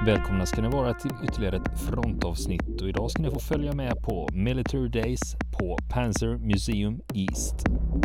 Välkomna ska ni vara till ytterligare ett frontavsnitt och idag ska ni få följa med på Military Days på Panzer Museum East.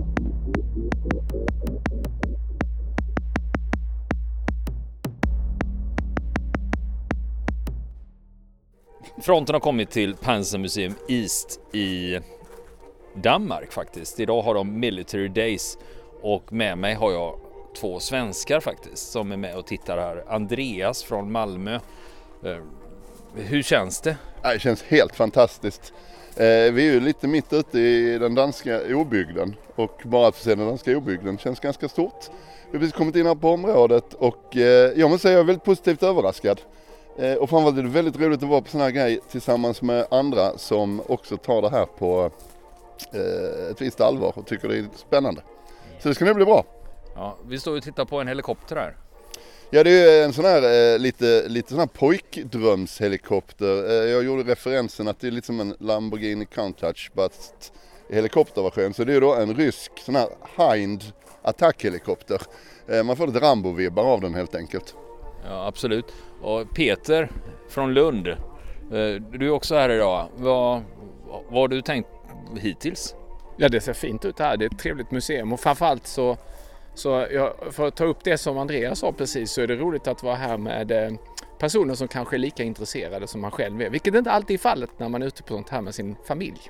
Fronten har kommit till Panzer Museum East i Danmark faktiskt. Idag har de Military Days och med mig har jag två svenskar faktiskt som är med och tittar här. Andreas från Malmö. Hur känns det? Det känns helt fantastiskt. Vi är ju lite mitt ute i den danska obygden och bara att få se den danska obygden känns ganska stort. Vi har precis kommit in här på området och jag måste säga jag är väldigt positivt överraskad. Och framförallt är det väldigt roligt att vara på sån här grej tillsammans med andra som också tar det här på ett visst allvar och tycker det är spännande. Så det ska nog bli bra. Ja, vi står och tittar på en helikopter här. Ja, det är ju en sån här lite sån här pojkdrömshelikopter. Jag gjorde referensen att det är lite som en Lamborghini Countach but i helikopterversion. Så det är ju då en rysk sån här Hind attackhelikopter. Man får lite Rambo-vibbar av den helt enkelt. Ja, absolut. Och Peter från Lund, du är också här idag. Vad har du tänkt hittills? Ja, det ser fint ut här. Det är ett trevligt museum och framförallt så för att ta upp det som Andreas sa precis så är det roligt att vara här med personer som kanske är lika intresserade som man själv är. Vilket inte alltid är fallet när man är ute på sånt här med sin familj.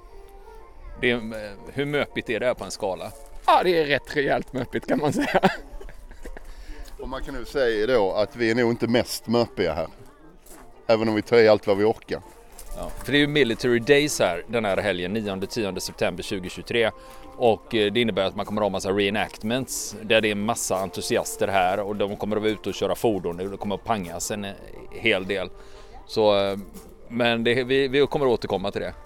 Hur möpigt är det här på en skala? Ja, det är rätt rejält möpigt kan man säga. Och man kan nu säga då att vi är nog inte mest möpiga här. Även om vi tar i allt vad vi orkar. Ja, för det är ju Military Days här den här helgen 9-10 september 2023 och det innebär att man kommer att ha massa reenactments där det är en massa entusiaster här och de kommer att vara ute och köra fordon och det kommer att pangas en hel del. Så, men vi kommer att återkomma till det.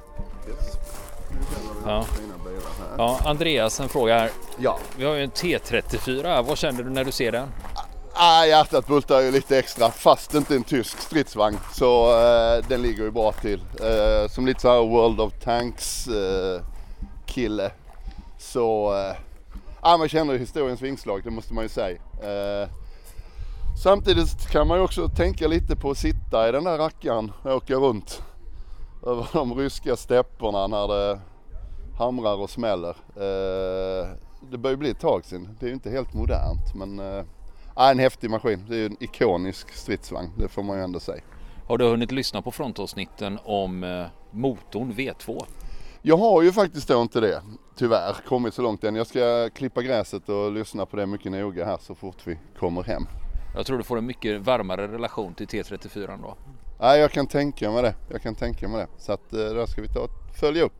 Ja, Andreas, en fråga här. Ja. Vi har ju en T34 här. Vad känner du när du ser den? Hjärtat bultar ju lite extra fast inte en tysk stridsvagn så den ligger ju bra till som lite så här World of Tanks kille så man känner ju historiens vingslag, det måste man ju säga. Samtidigt kan man ju också tänka lite på att sitta i den där rackaren och åka runt över de ryska stäpporna när det hamrar och smäller. Det börjar ju bli ett tag sedan, det är ju inte helt modernt men en häftig maskin. Det är ju en ikonisk stridsvagn, det får man ju ändå säga. Har du hunnit lyssna på frontavsnitten om motorn V2? Jag har ju faktiskt då inte det, tyvärr, kommit så långt än. Jag ska klippa gräset och lyssna på det mycket noga här så fort vi kommer hem. Jag tror du får en mycket varmare relation till T34 då. Nej, jag kan tänka mig det. Så att där ska vi ta och följa upp.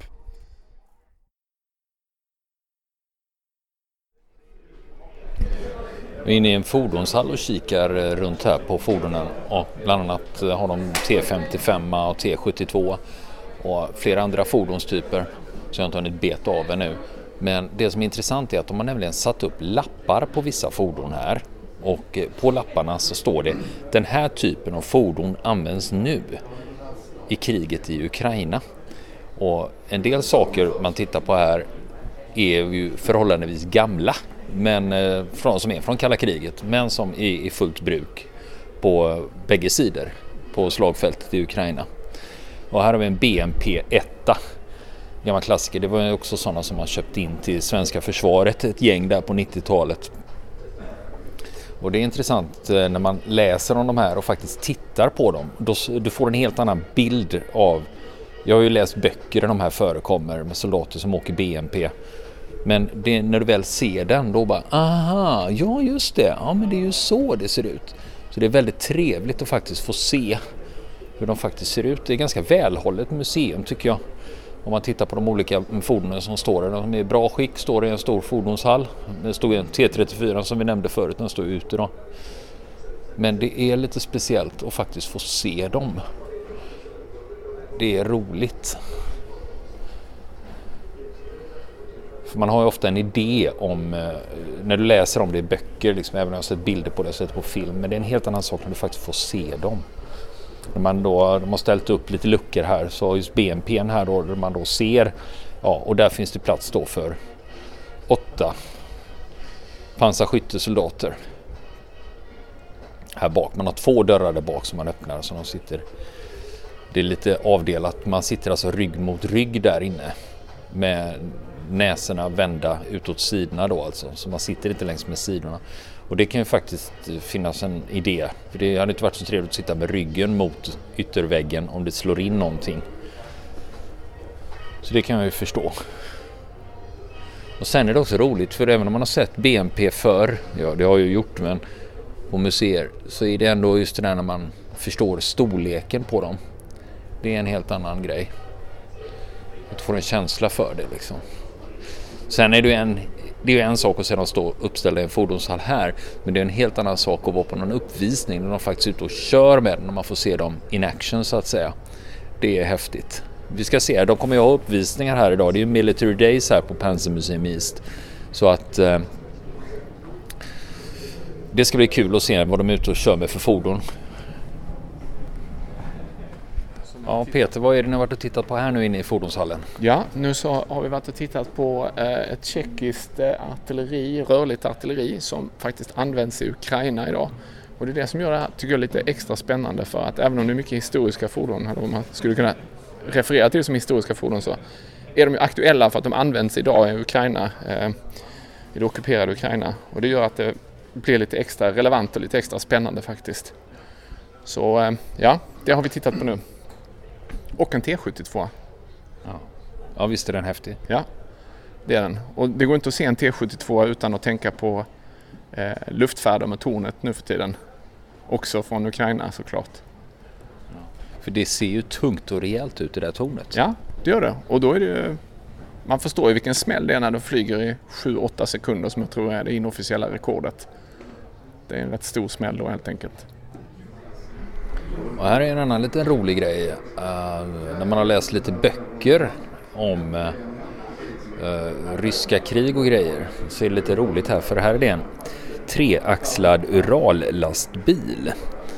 Vi är inne i en fordonshall och kikar runt här på fordonen och bland annat har de T55 och T72 och flera andra fordonstyper så jag har inte hunnit beta av ännu. Men det som är intressant är att de har nämligen satt upp lappar på vissa fordon här och på lapparna så står det den här typen av fordon används nu i kriget i Ukraina. Och en del saker man tittar på här är ju förhållandevis gamla men som är från kalla kriget men som är i fullt bruk på bägge sidor på slagfältet i Ukraina. Och här har vi en BMP 1, gammal klassiker. Det var ju också sådana som man köpt in till svenska försvaret, ett gäng där på 90-talet. Och det är intressant när man läser om de här och faktiskt tittar på dem. Du får en helt annan bild av, jag har ju läst böcker där de här förekommer med soldater som åker BMP. Men när du väl ser den då bara, aha, ja just det, ja men det är ju så det ser ut. Så det är väldigt trevligt att faktiskt få se hur de faktiskt ser ut. Det är ganska välhållet museum tycker jag. Om man tittar på de olika fordonen som står där. De är i bra skick, står i en stor fordonshall. Det stod en T34 som vi nämnde förut, den står ute då. Men det är lite speciellt att faktiskt få se dem. Det är roligt. För man har ju ofta en idé om, när du läser om det i böcker, liksom, även om jag har sett bilder på det och sett på film, men det är en helt annan sak när du faktiskt får se dem. När de har ställt upp lite luckor här, så just BMP:n här då, där man då ser, ja, och där finns det plats då för 8 pansarskyttesoldater. här bak. Man har 2 dörrar där bak som man öppnar så de sitter. Det är lite avdelat. Man sitter alltså rygg mot rygg där inne med näsorna vända utåt sidorna då alltså. Så man sitter inte längs med sidorna. Och det kan ju faktiskt finnas en idé. För det hade inte varit så trevligt att sitta med ryggen mot ytterväggen om det slår in någonting. Så det kan jag ju förstå. Och sen är det också roligt för även om man har sett BNP förr, ja det har jag ju gjort men på museer, så är det ändå just det där när man förstår storleken på dem. Det är en helt annan grej. Att få en känsla för det liksom. Sen är det är ju en sak att se dem stå uppställda i en fordonshall här, men det är en helt annan sak att vara på någon uppvisning när de faktiskt är ute och kör med den och man får se dem in action så att säga. Det är häftigt. Vi ska se, de kommer ju ha uppvisningar här idag. Det är ju Military Days här på Panzermuseum East. Så att det ska bli kul att se vad de är ute och kör med för fordon. Ja, Peter, vad är det ni har varit och tittat på här nu inne i fordonshallen? Ja, nu så har vi varit och tittat på ett tjeckiskt artilleri, rörligt artilleri som faktiskt används i Ukraina idag. Och det är det som gör det här, tycker jag, lite extra spännande för att även om det är mycket historiska fordon, om man skulle kunna referera till det som historiska fordon så är de ju aktuella för att de används idag i Ukraina, i det ockuperade Ukraina. Och det gör att det blir lite extra relevant och lite extra spännande faktiskt. Så ja, det har vi tittat på nu. Och en T72. Ja, visst är den häftig. Ja, det är den. Och det går inte att se en T72 utan att tänka på luftfärder med tornet nu för tiden. Också från Ukraina såklart. För det ser ju tungt och rejält ut i det där tornet. Ja, det gör det. Och då är det ju, man förstår ju vilken smäll det är när de flyger i 7-8 sekunder som jag tror är det inofficiella rekordet. Det är en rätt stor smäll då helt enkelt. Och här är en annan liten rolig grej. När man har läst lite böcker om ryska krig och grejer så är det lite roligt här. För här är det en 3-axlad Urallastbil.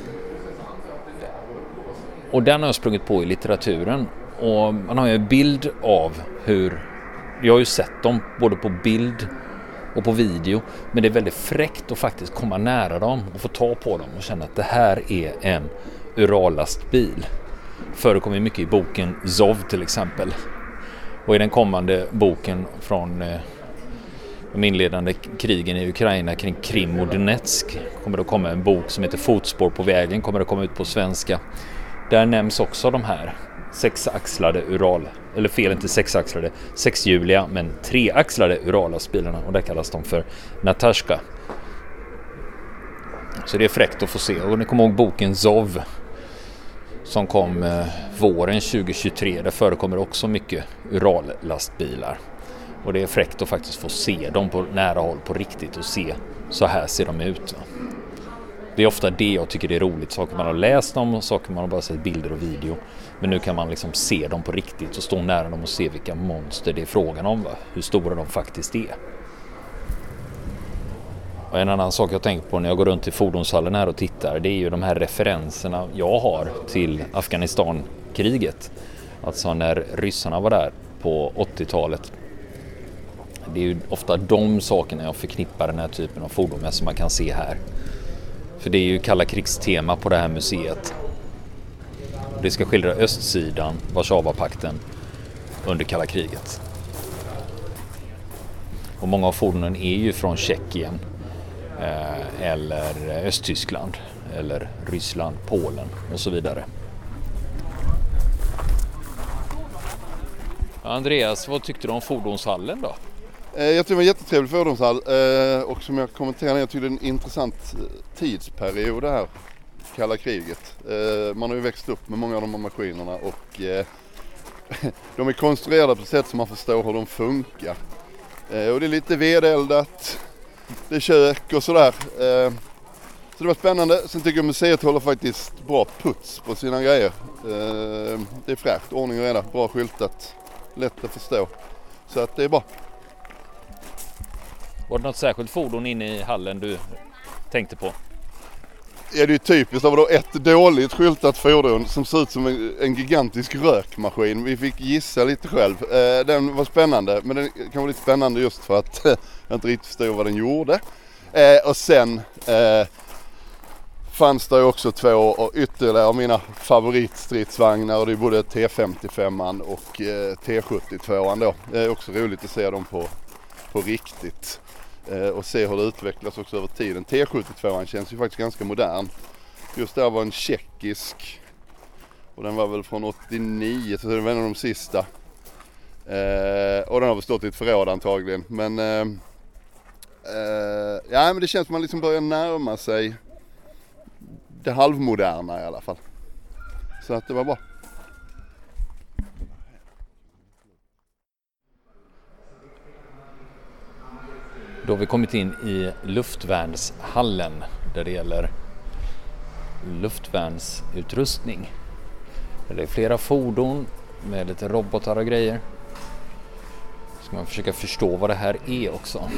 Och den har jag sprungit på i litteraturen. Och man har ju en bild av hur... Jag har ju sett dem både på bild och på video. Men det är väldigt fräckt att faktiskt komma nära dem och få ta på dem och känna att det här är en Urallastbil. Förekommer mycket i boken Zov till exempel. Och i den kommande boken från de inledande krigen i Ukraina kring Krim och Donetsk kommer det att komma en bok som heter Fotspår på vägen, kommer det komma ut på svenska. Där nämns också de här 6-axlade eller fel inte 6-axlade, 6-hjuliga men 3-axlade Urallastbilarna och där kallas de för Natashka. Så det är fräckt att få se. Och ni kommer ihåg boken Zov som kom våren 2023. Där förekommer också mycket Urallastbilar. Och det är fräckt att faktiskt få se dem på nära håll på riktigt och se så här ser de ut. Det är ofta det jag tycker det är roligt. Saker man har läst om och saker man har bara sett bilder och video. Men nu kan man liksom se dem på riktigt och stå nära dem och se vilka monster det är frågan om. Hur stora de faktiskt är. Och en annan sak jag tänker på när jag går runt i fordonshallen här och tittar, det är ju de här referenserna jag har till Afghanistan-kriget. Alltså när ryssarna var där på 80-talet. Det är ju ofta de sakerna jag förknippar den här typen av fordon med som man kan se här. För det är ju kalla krigstema på det här museet. Det ska skildra östsidan, Warszawapakten, under kalla kriget. Och många av fordonen är ju från Tjeckien eller Östtyskland eller Ryssland, Polen och så vidare. Andreas, vad tyckte du om fordonshallen då? Jag tyckte det var en jättetrevlig fordonshall och som jag kommenterade, jag tyckte det är en intressant tidsperiod det här kalla kriget. Man har ju växt upp med många av de här maskinerna och de är konstruerade på ett sätt som man förstår hur de funkar. Och det är lite vedeldat, det är kök och sådär. Så det var spännande. Sen tycker jag museet håller faktiskt bra puts på sina grejer. Det är fräscht, ordning och reda, bra skyltat, lätt att förstå. Så att det är bra. Var det något särskilt fordon inne i hallen du tänkte på? Ja, det är ju typiskt. Det var då ett dåligt skyltat fordon som ser ut som en gigantisk rökmaskin. Vi fick gissa lite själv. Den var spännande, men den kan vara lite spännande just för att jag inte riktigt förstod vad den gjorde. Och sen fanns det också 2 ytterligare av mina favoritstridsvagnar, och det är både T55 och T72 då. Det är också roligt att se dem på riktigt och se hur det utvecklas också över tiden. T72 känns ju faktiskt ganska modern. Just där var en tjeckisk, och den var väl från 89, så det var en av de sista. Och den har väl stått i ett förråd antagligen. Men men det känns som man liksom börjar närma sig det halvmoderna i alla fall. Så att det var bra. Då har vi kommit in i luftvärnshallen där det gäller luftvärnsutrustning. Det är flera fordon med lite robotar och grejer. Ska man försöka förstå vad det här är också.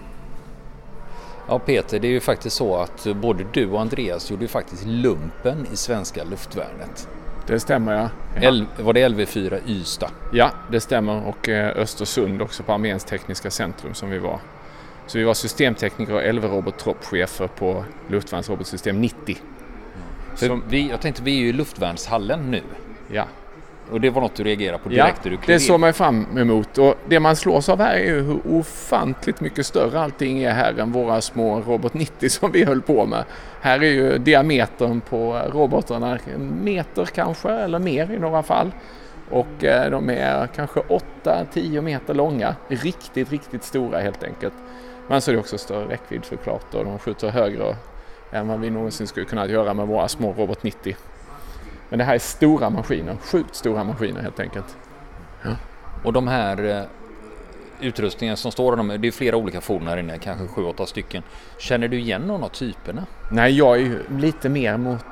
Ja, Peter, det är ju faktiskt så att både du och Andreas gjorde ju faktiskt lumpen i svenska luftvärnet. Det stämmer, ja. Var det LV4 Ystad? Ja, det stämmer, och Östersund också på Arméns tekniska centrum som vi var. Så vi var systemtekniker och LV-robottroppchefer på luftvärnsrobotsystem 90. Jag tänkte, vi är ju i luftvärnshallen nu. Ja. Och det var något du reagerade på direkt. Ja, det såg man fram emot. Och det man slås av här är ju hur ofantligt mycket större allting är här än våra små Robot 90 som vi höll på med. Här är ju diametern på robotarna meter kanske, eller mer i några fall. Och de är kanske 8-10 meter långa. Riktigt, riktigt stora helt enkelt. Men så är det också större räckvidd såklart, och de skjuter högre än vad vi någonsin skulle kunna göra med våra små Robot 90. Men det här är stora maskiner, sjukt stora maskiner helt enkelt. Ja. Och de här utrustningarna som står, det är flera olika fordon här inne, kanske 7-8 stycken. Känner du igen någon av typerna? Nej, jag är ju lite mer mot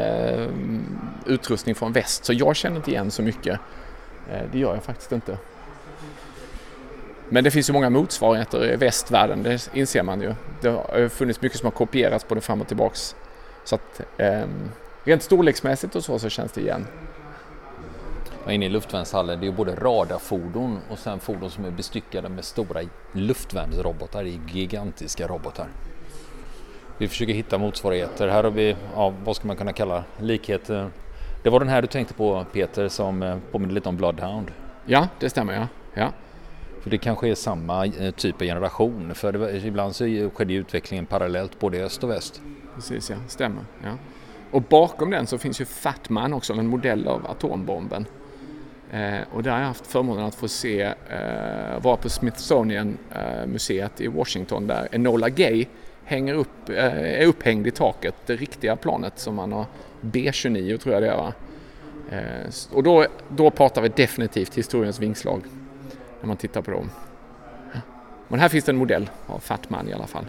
utrustning från väst, så jag känner inte igen så mycket. Det gör jag faktiskt inte. Men det finns ju många motsvarigheter i västvärlden, det inser man ju. Det har funnits mycket som har kopierats både fram och tillbaks. Så att rent storleksmässigt och så känns det igen. Inne i luftvärnshallen, det är ju både radarfordon och sen fordon som är bestyckade med stora luftvärnsrobotar. Det är gigantiska robotar. Vi försöker hitta motsvarigheter. Här har vi, vad ska man kunna kalla likheter. Det var den här du tänkte på, Peter, som påminner lite om Bloodhound. Ja, det stämmer, ja. För det kanske är samma typ av generation. För ibland så skedde utvecklingen parallellt både i öst och väst. Precis, ja. Stämmer, ja. Och bakom den så finns ju Fat Man också, en modell av atombomben. Och där har jag haft förmånen att få se, vara på Smithsonian-museet i Washington, där Enola Gay är upphängd i taket, det riktiga planet som man har, B-29 tror jag det är, va? Och då pratar vi definitivt historiens vingslag när man tittar på dem. Men här finns det en modell av Fat Man i alla fall.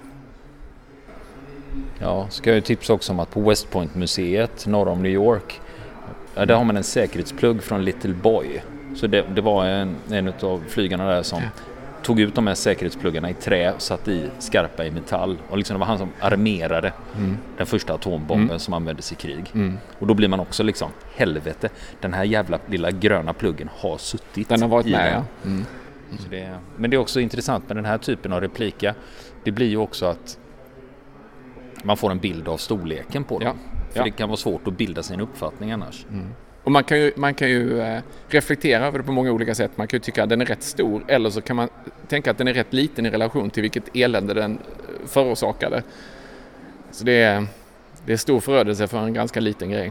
Ja, ska jag tipsa också om att på West Point-museet norr om New York, där har man en säkerhetsplugg från Little Boy. Så det var en av flygarna där som tog ut de här säkerhetspluggarna i trä och satt i skarpa i metall. Och liksom det var han som armerade den första atombomben som användes i krig. Och då blir man också liksom, helvete, den här jävla lilla gröna pluggen har suttit. Den har varit med, ja. Så men det är också intressant med den här typen av replika. Det blir ju också att man får en bild av storleken på dem. För det kan vara svårt att bilda sin uppfattning annars. Och man kan ju reflektera över det på många olika sätt. Man kan ju tycka att den är rätt stor, eller så kan man tänka att den är rätt liten i relation till vilket elände den förorsakade. Så det är stor förödelse för en ganska liten grej.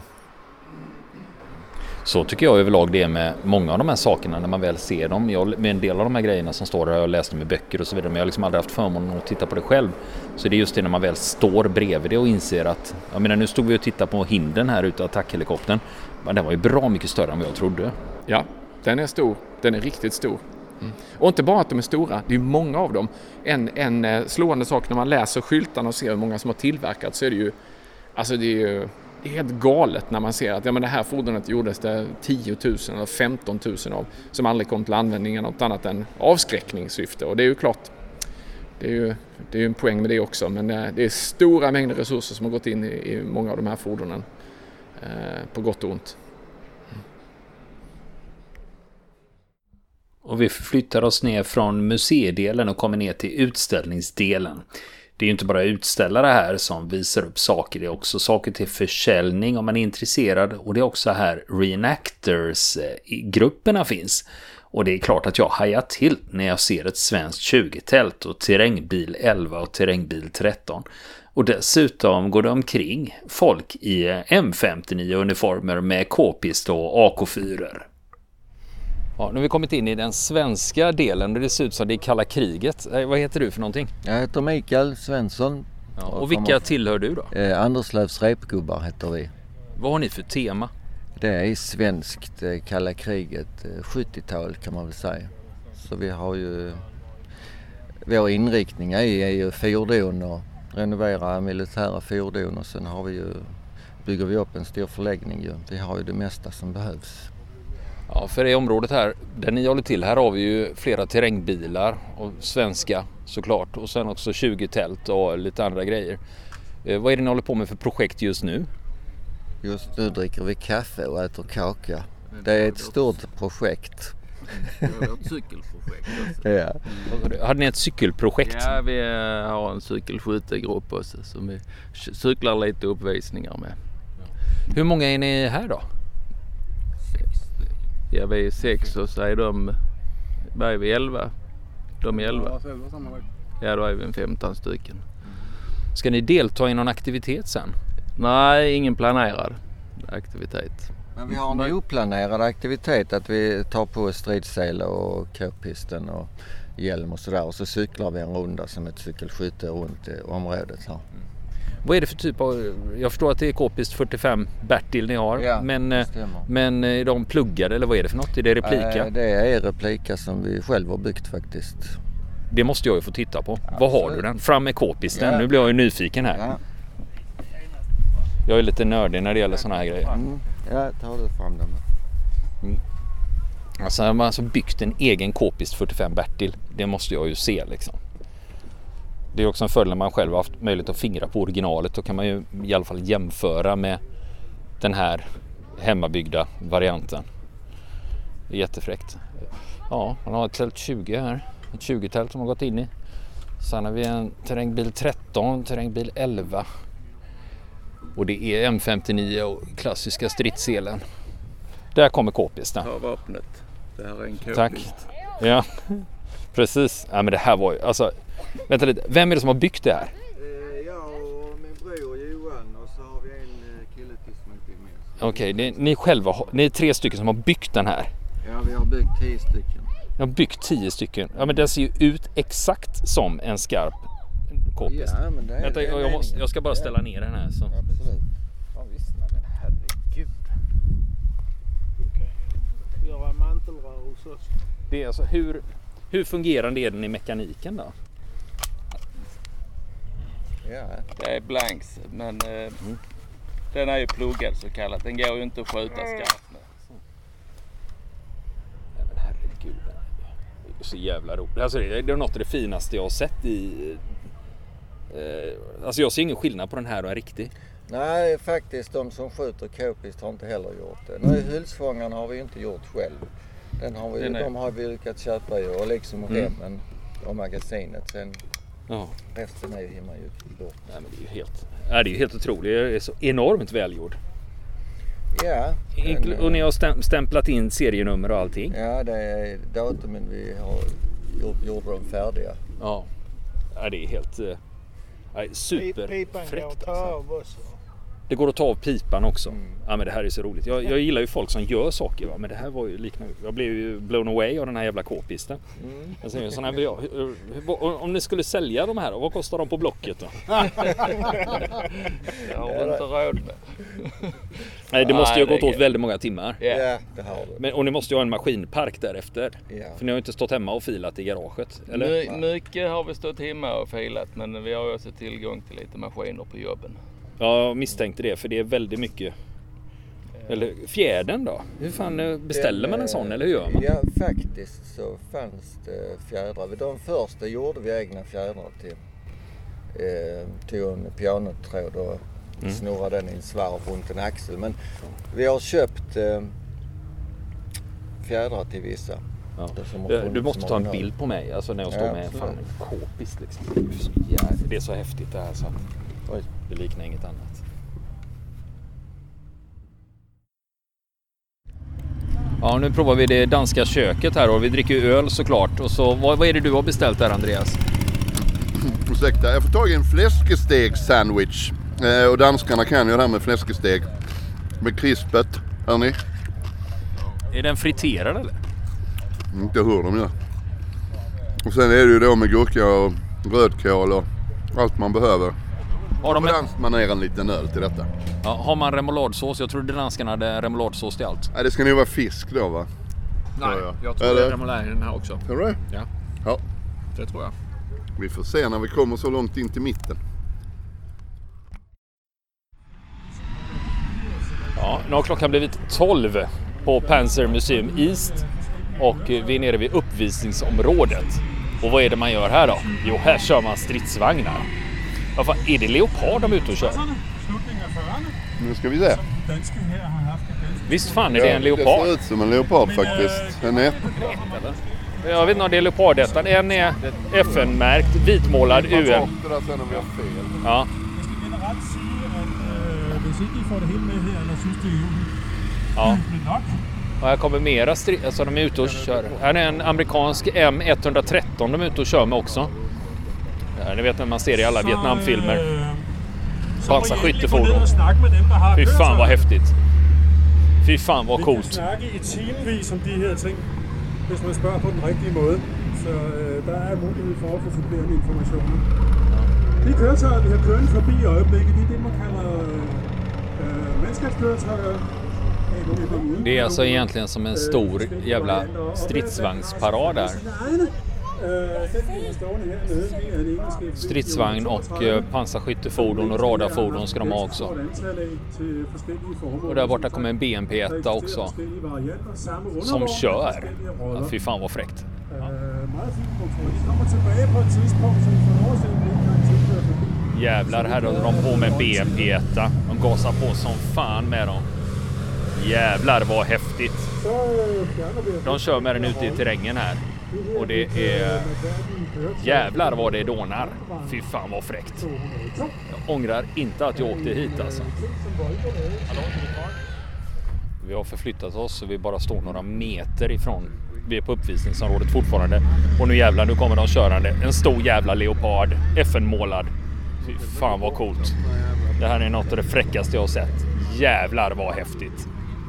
Så tycker jag överlag det är med många av de här sakerna när man väl ser dem. Med en del av de här grejerna som står där, jag läst dem i böcker och så vidare, men jag har liksom aldrig haft förmånen att titta på det själv. Så det är just det när man väl står bredvid det och inser att, jag menar, nu stod vi och tittade på hindren här ute, attackhelikoptern, men den var ju bra mycket större än vad jag trodde. Ja, den är stor. Den är riktigt stor. Och inte bara att de är stora, det är många av dem. En slående sak när man läser skyltarna och ser hur många som har tillverkats, så är det ju, alltså det är helt galet när man ser att det här fordonet gjordes det 10 000 eller 15 000 av, som aldrig kom till användning något annat än avskräckningssyfte. Och det är ju klart, det är ju en poäng med det också, men det är stora mängder resurser som har gått in i många av de här fordonen, på gott och ont. Och vi flyttar oss ner från museidelen och kommer ner till utställningsdelen. Det är ju inte bara utställare här som visar upp saker, det är också saker till försäljning om man är intresserad, och det är också här reenactors-grupperna finns. Och det är klart att jag hajar till när jag ser ett svenskt 20-tält och terrängbil 11 och terrängbil 13. Och dessutom går det omkring folk i M59-uniformer med k-pist och AK4. Ja, nu har vi kommit in i den svenska delen och det ser ut som det är kalla kriget. Vad heter du för någonting? Jag heter Mikael Svensson. Ja, och vilka tillhör du då? Anderslövs repgubbar heter vi. Vad har ni för tema? Det är svenskt kalla kriget, 70-tal kan man väl säga. Så vi har ju, vår inriktning är ju fordon och renovera militära fordon, och sen har vi ju, bygger vi upp en stor förläggning ju. Vi har ju det mesta som behövs. Ja, för det området här, där ni håller till, här har vi ju flera terrängbilar och svenska såklart, och sen också 20-tält och lite andra grejer. Vad är det ni håller på med för projekt just nu? Just nu dricker vi kaffe och äter kaka. Det är ett stort projekt. Det är ett cykelprojekt också. Ja. Hade ni ett cykelprojekt? Ja, vi har en cykelskyttegrupp också som vi cyklar lite uppvisningar med. Hur många är ni här då? 6. Ja, vi är 6 och så är vad är vi 11? De är 11. Ja, då är vi en 15 stycken. Ska ni delta i någon aktivitet sen? Nej, ingen planerad aktivitet. Men vi har en oplanerad aktivitet, att vi tar på stridssele och k-pisten och hjälm och sådär, och så cyklar vi en runda som ett cykelskytte runt området här. Vad är det för typ av, jag förstår att det är k-pist 45 Bertil ni har, ja, men är de pluggade eller vad är det för något? Är det replika? Det är replika som vi själva har byggt faktiskt. Det måste jag ju få titta på. Ja, vad har du den? Fram med k-pisten, nu blir jag ju nyfiken här. Ja. Jag är lite nördig när det gäller såna här grejer. Ja, tar du fram den. Alltså har man alltså byggt en egen k-pist 45 Bertil, det måste jag ju se liksom. Det är också en fördel när man själv har haft möjlighet att fingra på originalet. Då kan man ju i alla fall jämföra med den här hemmabyggda varianten. Det är jättefräckt. Ja, man har ett tält 20 här. Ett 20-tält som har gått in i. Sen har vi en terrängbil 13, terrängbil 11. Och det är M59 och klassiska stridsselen. Där kommer k-pisten. Ta vapnet. Det här är en k-pist. Tack. Ja, precis. Ja, men det här var ju, alltså, vänta lite. Vem är det som har byggt det här? Jag och min bror Johan, och så har vi en kille till som inte är med. Okej, ni själva, ni är 3 stycken som har byggt den här. Ja, vi har byggt 10 stycken. Jag har byggt 10 stycken. Ja, men den ser ju ut exakt som en skarp k-pist. Ja, men det är vänta, jag ska bara ställa ner den här. Så. Absolut. Ja, visst, nej, men herregud. Okej, göra en mantelrörelse också. Det är alltså, hur fungerande är den i mekaniken då? Ja. Det är blanks, men den är ju pluggad så kallat. Den går ju inte att skjuta skarpt med. Nej, men herregud. Det är så jävla roligt. Alltså, det är något av det finaste jag har sett i... alltså jag ser ingen skillnad på den här och en riktig. Nej, faktiskt de som skjuter k-pist har inte heller gjort det. Nu hylsfångarna har vi inte gjort själv. De har vi lyckats köpa ju, och liksom remmen och magasinet. Sen resten är ju hemma gjort. Nej, men det är ju helt otroligt. Det är så enormt välgjord. Ja. Och ni har stämplat in serienummer och allting? Ja, det är datumen vi har gjort dem färdiga. Ja, det är helt superfräckt alltså. Det går att ta av pipan också. Ja, men det här är så roligt. Jag gillar ju folk som gör saker, va? Men det här var ju liknande. Jag blev ju blown away av den här jävla k-pisten. Jag säger, sån här, om ni skulle sälja de här, vad kostar de på Blocket då? Jag har inte råd med. Nej, det måste ju ha gått åt väldigt många timmar. Ja, det har du. Men, och ni måste ju ha en maskinpark därefter. Ja. För ni har ju inte stått hemma och filat i garaget, eller? Mycket har vi stått hemma och filat, men vi har också tillgång till lite maskiner på jobben. Ja, jag misstänkte det, för det är väldigt mycket. Eller fjädern då? Hur fan beställer man en sån, eller hur gör man? Ja, faktiskt så fanns det fjädrar. De första gjorde vi egna fjädrar till. Tog en pianotråd och snurrade den i en svarv runt en axel. Men vi har köpt fjädrar till vissa. Ja. Du måste ta en bild på mig, alltså när jag står med fan en k-pist liksom. Det är så häftigt det här så att det liknar inget annat. Ja, nu provar vi det danska köket här och vi dricker öl såklart. Och så, vad är det du har beställt där, Andreas? Ursäkta, jag får tag i en fläskesteg-sandwich. Och danskarna kan ju det här med fläskesteg. Med krispet, hör ni? Är den friterad eller? Inte hur de gör. Och sen är det ju då med gurka och rödkål och allt man behöver. Har de dansmaner en liten öl till detta. Ja, har man remouladsås? Jag trodde danskarna hade remouladsås till allt. Nej, det ska nog vara fisk då va? Nej, jag tror det är remoulad i den här också. Tror du det? Ja, det tror jag. Vi får se när vi kommer så långt in till mitten. Ja, nu har klockan blivit 12 på Panzer Museum East och vi är nere vid uppvisningsområdet. Och vad är det man gör här då? Jo, här kör man stridsvagnar. Vad fan, är det leopard de är ute och kör? Nu ska vi se. Visst fan är det en leopard? Det ser ut som en leopard faktiskt. En är. Jag vet inte om det är leopardettan. En är FN-märkt, vitmålad UN. Det där sen om vi har fel. Ja. Ja. Och här kommer mera alltså de är ute och kör. Här är en amerikansk M113 de är ute och kör med också. Ja, ni vet när man ser i alla Vietnamfilmer. Pansarskyttefordon. Fy fan vad häftigt. Fy fan vad coolt. snakke i timevis om de her ting, hvis man spørger på den rigtige måde. Så der er mulighed for at få supplerende informationer. De køretøjer, vi har kørende forbi i øjeblikket, det er det, man kalder mandskabskøretøjer. Det är alltså egentligen som en stor jävla stridsvagnsparad där. Stridsvagn och pansarskyttefordon och radarfordon ska de ha också. Och där borta kommer en BMP-1 också. Som kör. Ja, fy fan vad fräckt. Ja. Jävlar, här håller de på med BMP-1. De gasar på som fan med dem. Jävlar vad häftigt. De kör med den ute i terrängen här. Och det är... Jävlar vad det dånar. Fy fan vad fräckt. Jag ångrar inte att jag åkte hit alltså. Vi har förflyttat oss så vi bara står några meter ifrån. Vi är på uppvisningsområdet fortfarande. Och nu jävlar, nu kommer de körande. En stor jävla leopard. FN-målad. Fy fan vad coolt. Det här är något av det fräckaste jag har sett. Jävlar vad häftigt.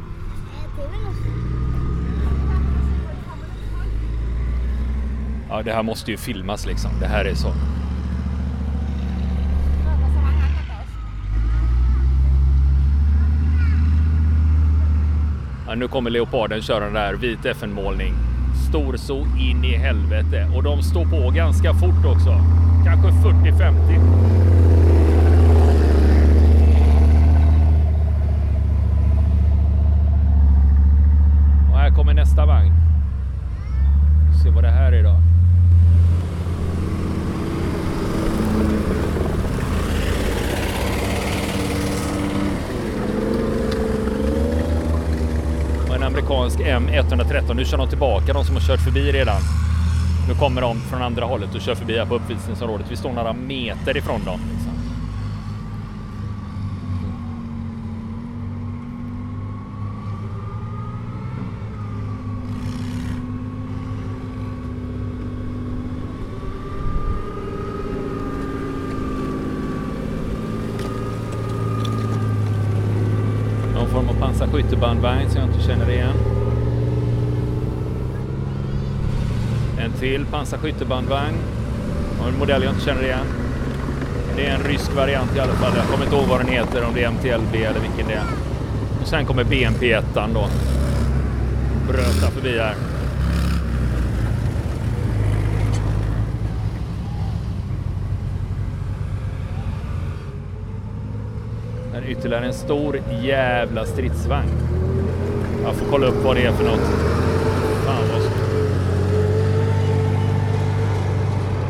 Ja, det här måste ju filmas liksom. Det här är så. Ja, nu kommer leoparden köra där. Vit FN-målning. Stor så in i helvete. Och de står på ganska fort också. Kanske 40-50. Och här kommer nästa vagn. Se vad det här är då. Och en amerikansk M113. Nu kör de tillbaka, de som har kört förbi redan. Nu kommer de från andra hållet och kör förbi här på uppvisningsområdet. Vi står några meter ifrån dem. Liksom. Någon form av pansarskyttebandvagn som jag inte känner igen. En till pansarskyttebandvagn. Och en modell jag inte känner igen. Det är en rysk variant i alla fall. Jag kommer inte ihåg vad den heter, om det är MTLB eller vilken det är. Och sen kommer BMP-1 då. Bröta förbi här. Här är ytterligare en stor jävla stridsvagn. Jag får kolla upp vad det är för något. Fan vad så.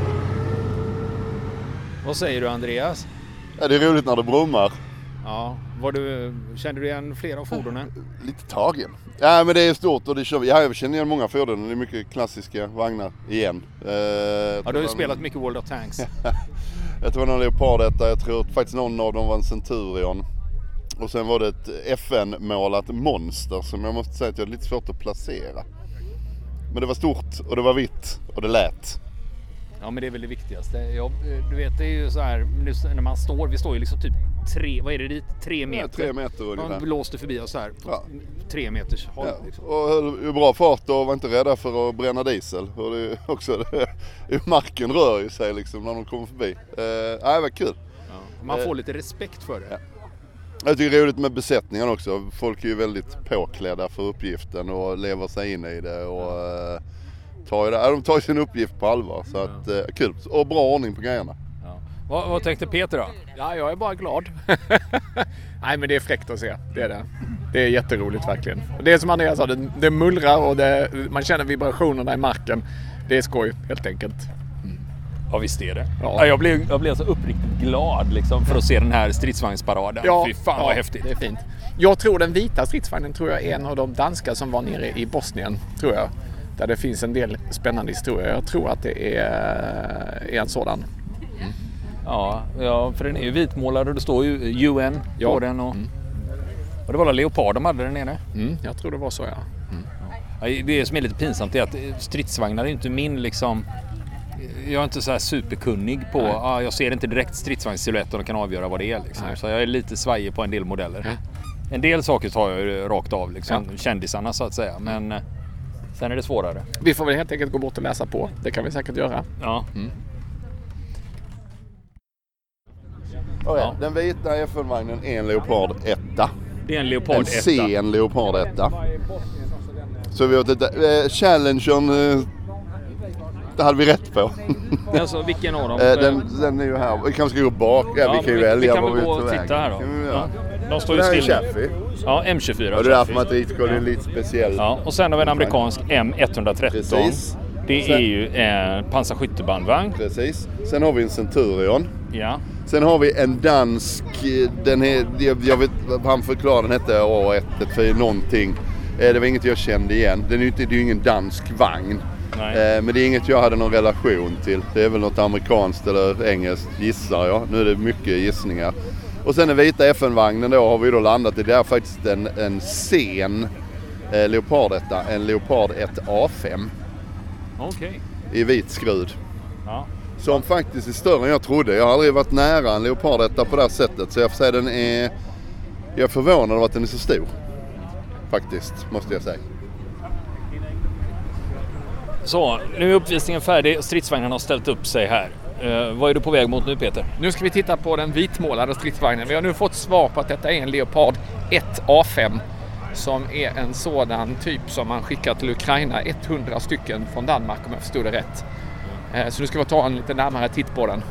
Vad säger du, Andreas? Ja, det är roligt när det brummar. Ja, Kände du igen flera av fordonen? Lite tagen. Ja, men det är stort och det kör vi. Ja, jag känner igen många fordon. Det är mycket klassiska vagnar igen. Du har ju spelat mycket World of Tanks. Jag tror det var någon Leopard detta. Jag tror faktiskt någon av dem var en Centurion. Och sen var det ett FN-målat monster som jag måste säga att jag är lite svårt att placera. Men det var stort och det var vitt och det lät. Ja, men det är väl det viktigaste. Du vet, det är ju så här när man står, vi står ju liksom typ 3 meter. Ja, 3 meter ungefär. Man blåste förbi oss här på 3 meters håll. Ja. Liksom. Och höll bra fart och var inte rädda för att bränna diesel. Och det också, marken rör ju sig liksom när de kommer förbi. Det var kul. Ja. Man får lite respekt för det. Ja. Jag tycker det är roligt med besättningen också. Folk är ju väldigt påklädda för uppgiften och lever sig in i det. Och de tar sin uppgift på allvar. Så att, kul. Och bra ordning på grejerna. Ja. Vad tänkte Peter då? Ja, jag är bara glad. Nej, men det är fräckt att se. Det är det. Det är jätteroligt verkligen. Och det är som Andreas sa, det mullrar och man känner vibrationerna i marken. Det är skoj helt enkelt. Ja, visst är det. Ja. Jag blev alltså uppriktigt glad liksom, för att se den här stridsvagnsparaden. Ja, fy fan vad häftigt. Det är fint. Jag tror den vita stridsvagnen är en av de danska som var nere i Bosnien, tror jag. Där det finns en del spännande historier. Jag tror att det är en sådan. Ja, för den är ju vitmålad och det står ju UN på den. Och det var Leopard de hade där nere. Jag tror det var så, ja. Ja, det som är lite pinsamt är att stridsvagnar är inte min liksom... Jag är inte så här superkunnig på... jag ser inte direkt stridsvagnssilhuetten och kan avgöra vad det är. Liksom. Så jag är lite svajig på en del modeller. En del saker tar jag rakt av, liksom, kändisarna så att säga. Men sen är det svårare. Vi får väl helt enkelt gå bort och läsa på. Det kan vi säkert göra. Ja. Ja. Den vita FN-vagnen är en Leopard 1. Det är en Leopard 1. En sen Leopard 1. Så vi har Challengern... Det hade vi rätt på. Alltså, vilken av dem? Den är ju här. Vi kanske ska gå bak. Vi kan ju välja. Vi kan väl gå och titta här då. De står ju still. still. Chaffee. Ja, M24. Och det är därför man är lite speciell. Ja, och sen har vi en amerikansk M113. Precis. Det är ju en pansarskjutbandvagn. Precis. Sen har vi en Centurion. Ja. Sen har vi en dansk, jag vet, han förklarade den hette A1 för någonting. Det var inget jag kände igen. Det är ju ingen dansk vagn. Men det är inget jag hade någon relation till. Det är väl något amerikanskt eller engelskt, gissar jag. Nu är det mycket gissningar. Och sen den vita FN-vagnen då har vi då landat i. Det är faktiskt en sen Leopard 1, en Leopard 1 A5. Okej. I vit skrud. Ja. Som faktiskt är större än jag trodde. Jag har aldrig varit nära en Leopard 1 på det här sättet. Så jag får säga jag är förvånad över att den är så stor. Faktiskt, måste jag säga. Så, nu är uppvisningen färdig. Stridsvagnen har ställt upp sig här. Vad är du på väg mot nu, Peter? Nu ska vi titta på den vitmålade stridsvagnen. Vi har nu fått svar på att detta är en Leopard 1 A5 som är en sådan typ som man skickar till Ukraina, 100 stycken från Danmark om jag förstod det rätt. Så nu ska vi ta en lite närmare titt på den.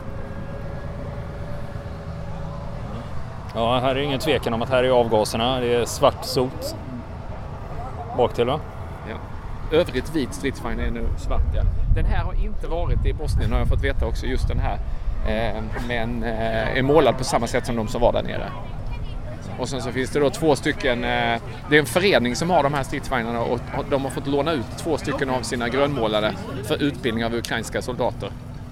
Ja, här är ingen tvekan om att här är avgaserna. Det är svart sot bak till, va? Ja. Övrigt vit stridsvagn är nu svart, ja. Den här har inte varit i Bosnien, har jag fått veta också, just den här. Men är målad på samma sätt som de som var där nere. Och sen så finns det då 2 stycken, det är en förening som har de här stridsvagnarna och de har fått låna ut 2 stycken av sina grönmålade för utbildning av ukrainska soldater.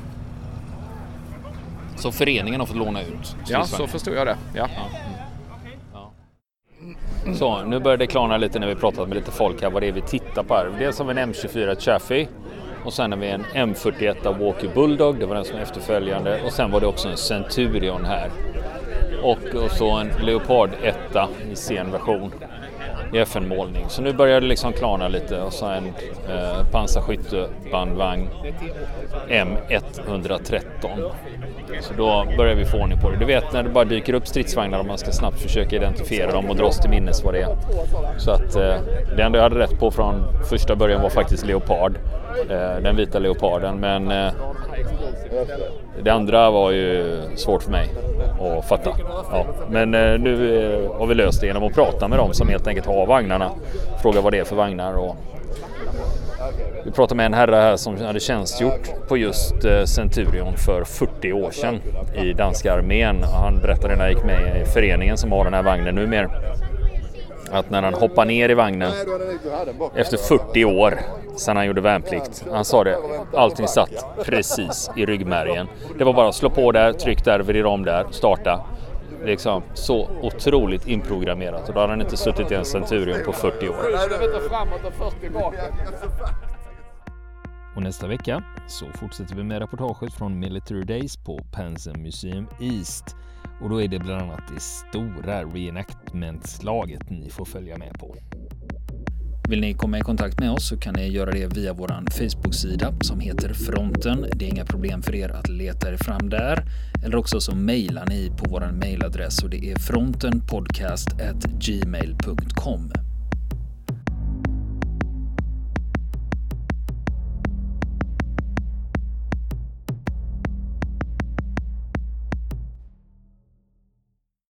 Så föreningen har fått låna ut? Ja, så förstår jag det. Ja. Så, nu börjar det klarna lite när vi pratat med lite folk här vad det är vi tittar på här. Dels har vi en M24 Chaffee och sen har vi en M41 Walker Bulldog, det var den som är efterföljande, och sen var det också en Centurion här. Och så en Leopard 1 i sen version i FN-målning. Så nu börjar det liksom klarna lite. Och så en pansarskyttebandvagn M113. Så då börjar vi få ordning på det. Du vet när det bara dyker upp stridsvagnar och man ska snabbt försöka identifiera dem och dras till minnes vad det är. Så att det enda jag hade rätt på från första början var faktiskt Leopard. Den vita Leoparden. Men det andra var ju svårt för mig att fatta. Ja. Men nu har vi löst det genom att prata med dem som helt enkelt har vagnarna. Fråga vad det är för vagnar och Vi pratade med en herre här som hade tjänstgjort på just Centurion för 40 år sedan i danska armén. Han berättade när jag gick med i föreningen som har den här vagnen numera, att när han hoppar ner i vagnen efter 40 år sedan han gjorde värnplikt, han sa det, allting satt precis i ryggmärgen. Det var bara att slå på där, tryck där, vrida om där, starta. Liksom så otroligt inprogrammerat, och då har han inte suttit i en Centurion på 40 år. Och nästa vecka så fortsätter vi med reportaget från Military Days på Panzer Museum East. Och då är det bland annat det stora reenactment-slaget ni får följa med på. Vill ni komma i kontakt med oss så kan ni göra det via vår Facebook-sida som heter Fronten. Det är inga problem för er att leta er fram där. Eller också så mejlar ni på vår mejladress, och det är frontenpodcast@gmail.com.